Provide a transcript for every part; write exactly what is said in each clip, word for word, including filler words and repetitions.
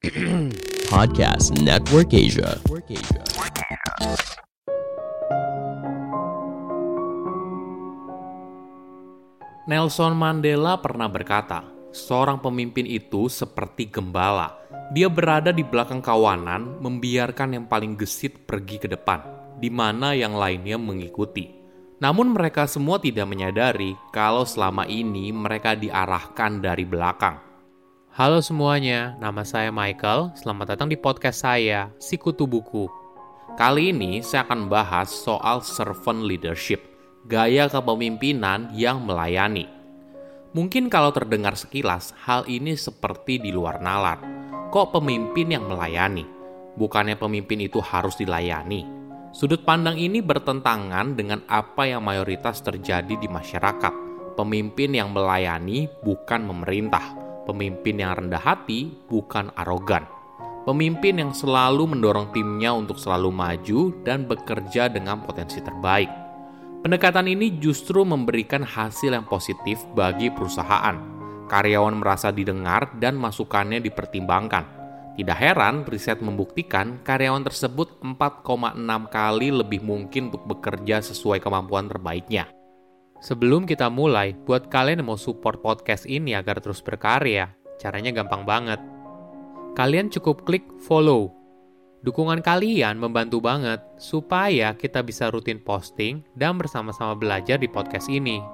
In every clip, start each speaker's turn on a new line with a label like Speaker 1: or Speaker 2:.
Speaker 1: Podcast Network Asia.
Speaker 2: Nelson Mandela pernah berkata, seorang pemimpin itu seperti gembala. Dia berada di belakang kawanan, membiarkan yang paling gesit pergi ke depan, di mana yang lainnya mengikuti. Namun mereka semua tidak menyadari kalau selama ini mereka diarahkan dari belakang. Halo semuanya, nama saya Michael. Selamat datang di podcast saya, Sikutu Buku. Kali ini saya akan bahas soal servant leadership, gaya kepemimpinan yang melayani. Mungkin kalau terdengar sekilas, hal ini seperti di luar nalar. Kok pemimpin yang melayani? Bukannya pemimpin itu harus dilayani? Sudut pandang ini bertentangan dengan apa yang mayoritas terjadi di masyarakat. Pemimpin yang melayani bukan memerintah. Pemimpin yang rendah hati bukan arogan. Pemimpin yang selalu mendorong timnya untuk selalu maju dan bekerja dengan potensi terbaik. Pendekatan ini justru memberikan hasil yang positif bagi perusahaan. Karyawan merasa didengar dan masukannya dipertimbangkan. Tidak heran, riset membuktikan karyawan tersebut empat koma enam kali lebih mungkin untuk bekerja sesuai kemampuan terbaiknya. Sebelum kita mulai, buat kalian yang mau support podcast ini agar terus berkarya, caranya gampang banget. Kalian cukup klik follow. Dukungan kalian membantu banget supaya kita bisa rutin posting dan bersama-sama belajar di podcast ini.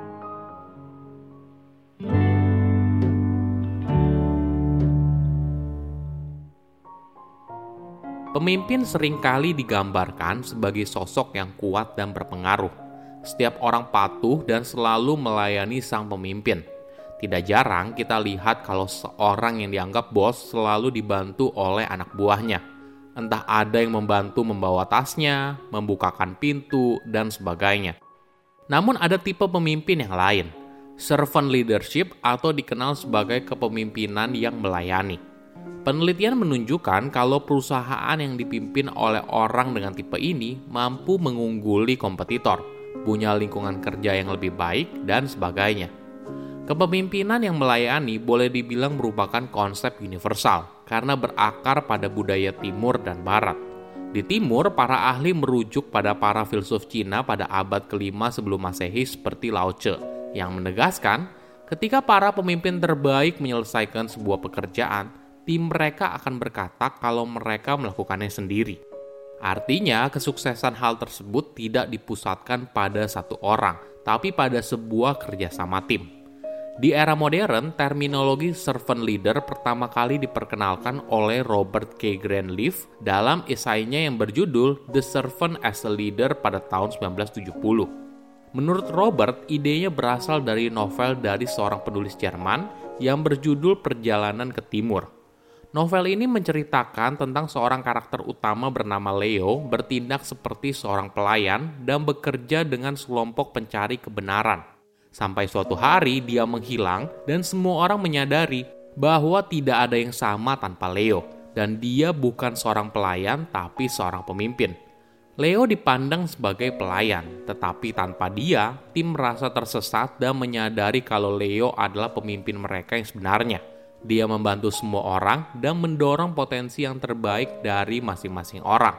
Speaker 2: Pemimpin seringkali digambarkan sebagai sosok yang kuat dan berpengaruh. Setiap orang patuh dan selalu melayani sang pemimpin. Tidak jarang kita lihat kalau seorang yang dianggap bos selalu dibantu oleh anak buahnya. Entah ada yang membantu membawa tasnya, membukakan pintu, dan sebagainya. Namun ada tipe pemimpin yang lain, servant leadership atau dikenal sebagai kepemimpinan yang melayani. Penelitian menunjukkan kalau perusahaan yang dipimpin oleh orang dengan tipe ini mampu mengungguli kompetitor, punya lingkungan kerja yang lebih baik, dan sebagainya. Kepemimpinan yang melayani boleh dibilang merupakan konsep universal karena berakar pada budaya Timur dan Barat. Di Timur, para ahli merujuk pada para filsuf Cina pada abad kelima sebelum Masehi seperti Lao Tse, yang menegaskan ketika para pemimpin terbaik menyelesaikan sebuah pekerjaan, tim mereka akan berkata kalau mereka melakukannya sendiri. Artinya, kesuksesan hal tersebut tidak dipusatkan pada satu orang, tapi pada sebuah kerjasama tim. Di era modern, terminologi servant leader pertama kali diperkenalkan oleh Robert K. Greenleaf dalam esainya yang berjudul The Servant as a Leader pada tahun sembilan belas tujuh puluh. Menurut Robert, idenya berasal dari novel dari seorang penulis Jerman yang berjudul Perjalanan ke Timur. Novel ini menceritakan tentang seorang karakter utama bernama Leo bertindak seperti seorang pelayan dan bekerja dengan sekelompok pencari kebenaran. Sampai suatu hari dia menghilang dan semua orang menyadari bahwa tidak ada yang sama tanpa Leo dan dia bukan seorang pelayan tapi seorang pemimpin. Leo dipandang sebagai pelayan, tetapi tanpa dia, tim merasa tersesat dan menyadari kalau Leo adalah pemimpin mereka yang sebenarnya. Dia membantu semua orang dan mendorong potensi yang terbaik dari masing-masing orang.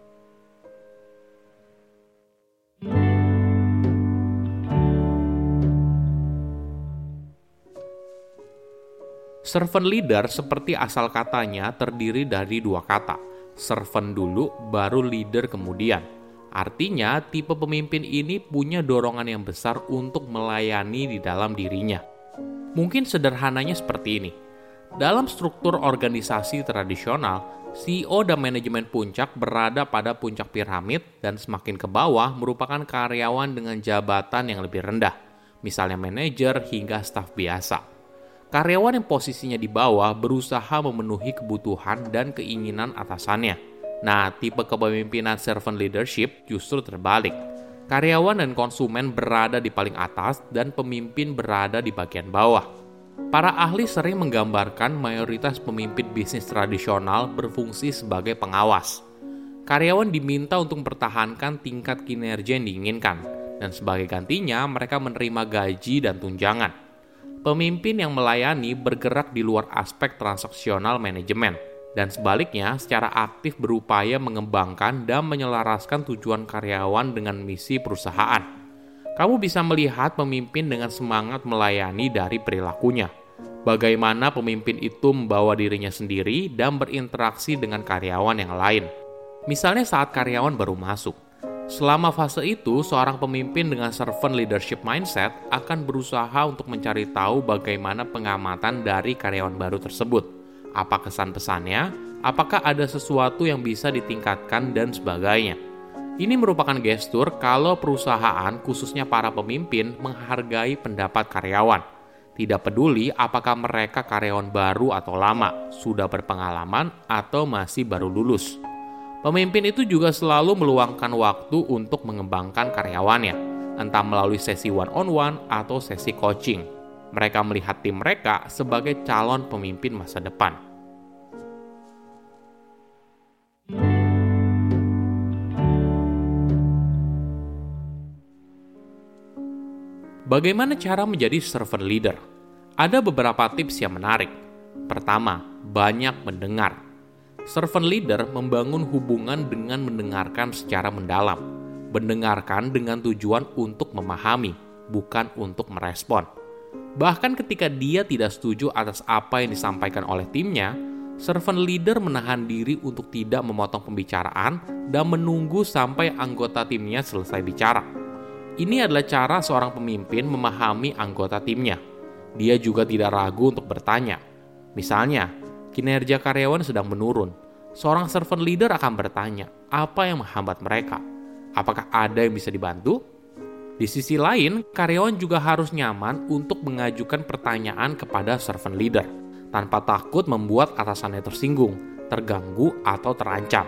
Speaker 2: Servant leader seperti asal katanya terdiri dari dua kata, servant dulu baru leader kemudian. Artinya tipe pemimpin ini punya dorongan yang besar untuk melayani di dalam dirinya. Mungkin sederhananya seperti ini. Dalam struktur organisasi tradisional, C E O dan manajemen puncak berada pada puncak piramid dan semakin ke bawah merupakan karyawan dengan jabatan yang lebih rendah, misalnya manajer hingga staf biasa. Karyawan yang posisinya di bawah berusaha memenuhi kebutuhan dan keinginan atasannya. Nah, tipe kepemimpinan servant leadership justru terbalik. Karyawan dan konsumen berada di paling atas dan pemimpin berada di bagian bawah. Para ahli sering menggambarkan mayoritas pemimpin bisnis tradisional berfungsi sebagai pengawas. Karyawan diminta untuk mempertahankan tingkat kinerja yang diinginkan, dan sebagai gantinya mereka menerima gaji dan tunjangan. Pemimpin yang melayani bergerak di luar aspek transaksional manajemen, dan sebaliknya secara aktif berupaya mengembangkan dan menyelaraskan tujuan karyawan dengan misi perusahaan. Kamu bisa melihat pemimpin dengan semangat melayani dari perilakunya. Bagaimana pemimpin itu membawa dirinya sendiri dan berinteraksi dengan karyawan yang lain. Misalnya saat karyawan baru masuk. Selama fase itu, seorang pemimpin dengan servant leadership mindset akan berusaha untuk mencari tahu bagaimana pengamatan dari karyawan baru tersebut. Apa kesan pesannya, apakah ada sesuatu yang bisa ditingkatkan, dan sebagainya. Ini merupakan gestur kalau perusahaan, khususnya para pemimpin, menghargai pendapat karyawan. Tidak peduli apakah mereka karyawan baru atau lama, sudah berpengalaman, atau masih baru lulus. Pemimpin itu juga selalu meluangkan waktu untuk mengembangkan karyawannya, entah melalui sesi one-on-one atau sesi coaching. Mereka melihat tim mereka sebagai calon pemimpin masa depan. Bagaimana cara menjadi servant leader? Ada beberapa tips yang menarik. Pertama, banyak mendengar. Servant leader membangun hubungan dengan mendengarkan secara mendalam. Mendengarkan dengan tujuan untuk memahami, bukan untuk merespon. Bahkan ketika dia tidak setuju atas apa yang disampaikan oleh timnya, servant leader menahan diri untuk tidak memotong pembicaraan dan menunggu sampai anggota timnya selesai bicara. Ini adalah cara seorang pemimpin memahami anggota timnya. Dia juga tidak ragu untuk bertanya. Misalnya, kinerja karyawan sedang menurun. Seorang servant leader akan bertanya, apa yang menghambat mereka? Apakah ada yang bisa dibantu? Di sisi lain, karyawan juga harus nyaman untuk mengajukan pertanyaan kepada servant leader, tanpa takut membuat atasannya tersinggung, terganggu, atau terancam.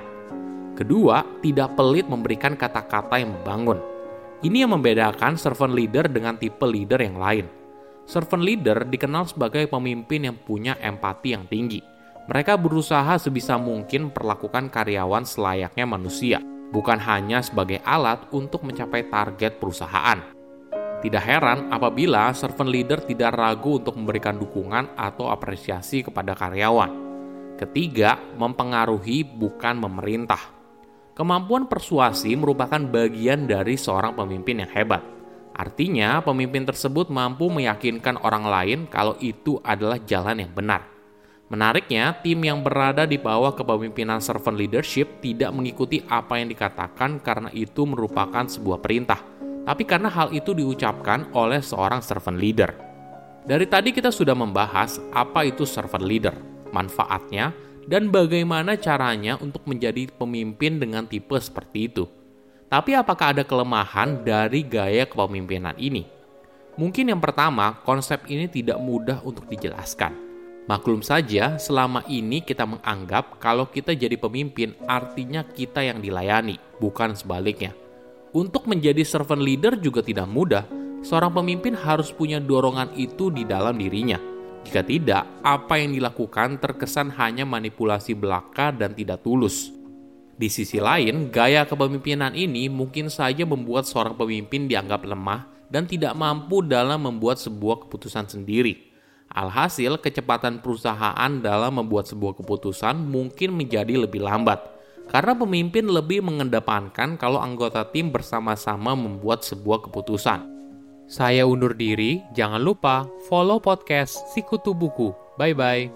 Speaker 2: Kedua, tidak pelit memberikan kata-kata yang membangun. Ini yang membedakan servant leader dengan tipe leader yang lain. Servant leader dikenal sebagai pemimpin yang punya empati yang tinggi. Mereka berusaha sebisa mungkin memperlakukan karyawan selayaknya manusia, bukan hanya sebagai alat untuk mencapai target perusahaan. Tidak heran apabila servant leader tidak ragu untuk memberikan dukungan atau apresiasi kepada karyawan. Ketiga, mempengaruhi bukan memerintah. Kemampuan persuasi merupakan bagian dari seorang pemimpin yang hebat. Artinya, pemimpin tersebut mampu meyakinkan orang lain kalau itu adalah jalan yang benar. Menariknya, tim yang berada di bawah kepemimpinan servant leadership tidak mengikuti apa yang dikatakan karena itu merupakan sebuah perintah, tapi karena hal itu diucapkan oleh seorang servant leader. Dari tadi kita sudah membahas apa itu servant leader, manfaatnya, dan bagaimana caranya untuk menjadi pemimpin dengan tipe seperti itu. Tapi apakah ada kelemahan dari gaya kepemimpinan ini? Mungkin yang pertama, konsep ini tidak mudah untuk dijelaskan. Maklum saja, selama ini kita menganggap kalau kita jadi pemimpin artinya kita yang dilayani, bukan sebaliknya. Untuk menjadi servant leader juga tidak mudah. Seorang pemimpin harus punya dorongan itu di dalam dirinya. Jika tidak, apa yang dilakukan terkesan hanya manipulasi belaka dan tidak tulus. Di sisi lain, gaya kepemimpinan ini mungkin saja membuat seorang pemimpin dianggap lemah dan tidak mampu dalam membuat sebuah keputusan sendiri. Alhasil, kecepatan perusahaan dalam membuat sebuah keputusan mungkin menjadi lebih lambat, karena pemimpin lebih mengedepankan kalau anggota tim bersama-sama membuat sebuah keputusan. Saya undur diri, jangan lupa follow podcast Sikutu Buku. Bye-bye.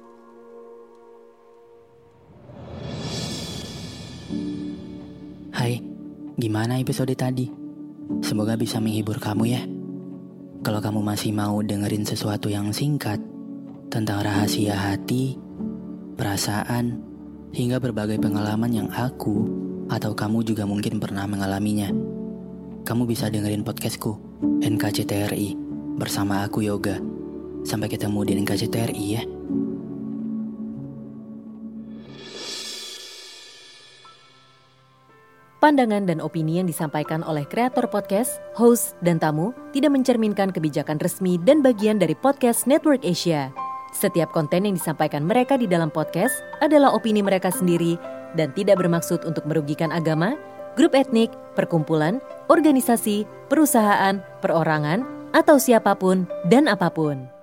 Speaker 3: Hai, gimana episode tadi? Semoga bisa menghibur kamu ya. Kalau kamu masih mau dengerin sesuatu yang singkat tentang rahasia hati, perasaan, hingga berbagai pengalaman yang aku atau kamu juga mungkin pernah mengalaminya, kamu bisa dengerin podcastku, N K C T R I, bersama aku Yoga. Sampai ketemu di N K C T R I ya.
Speaker 4: Pandangan dan opini yang disampaikan oleh kreator podcast, host, dan tamu tidak mencerminkan kebijakan resmi dan bagian dari podcast Network Asia. Setiap konten yang disampaikan mereka di dalam podcast adalah opini mereka sendiri dan tidak bermaksud untuk merugikan agama, grup etnik, perkumpulan, organisasi, perusahaan, perorangan, atau siapapun dan apapun.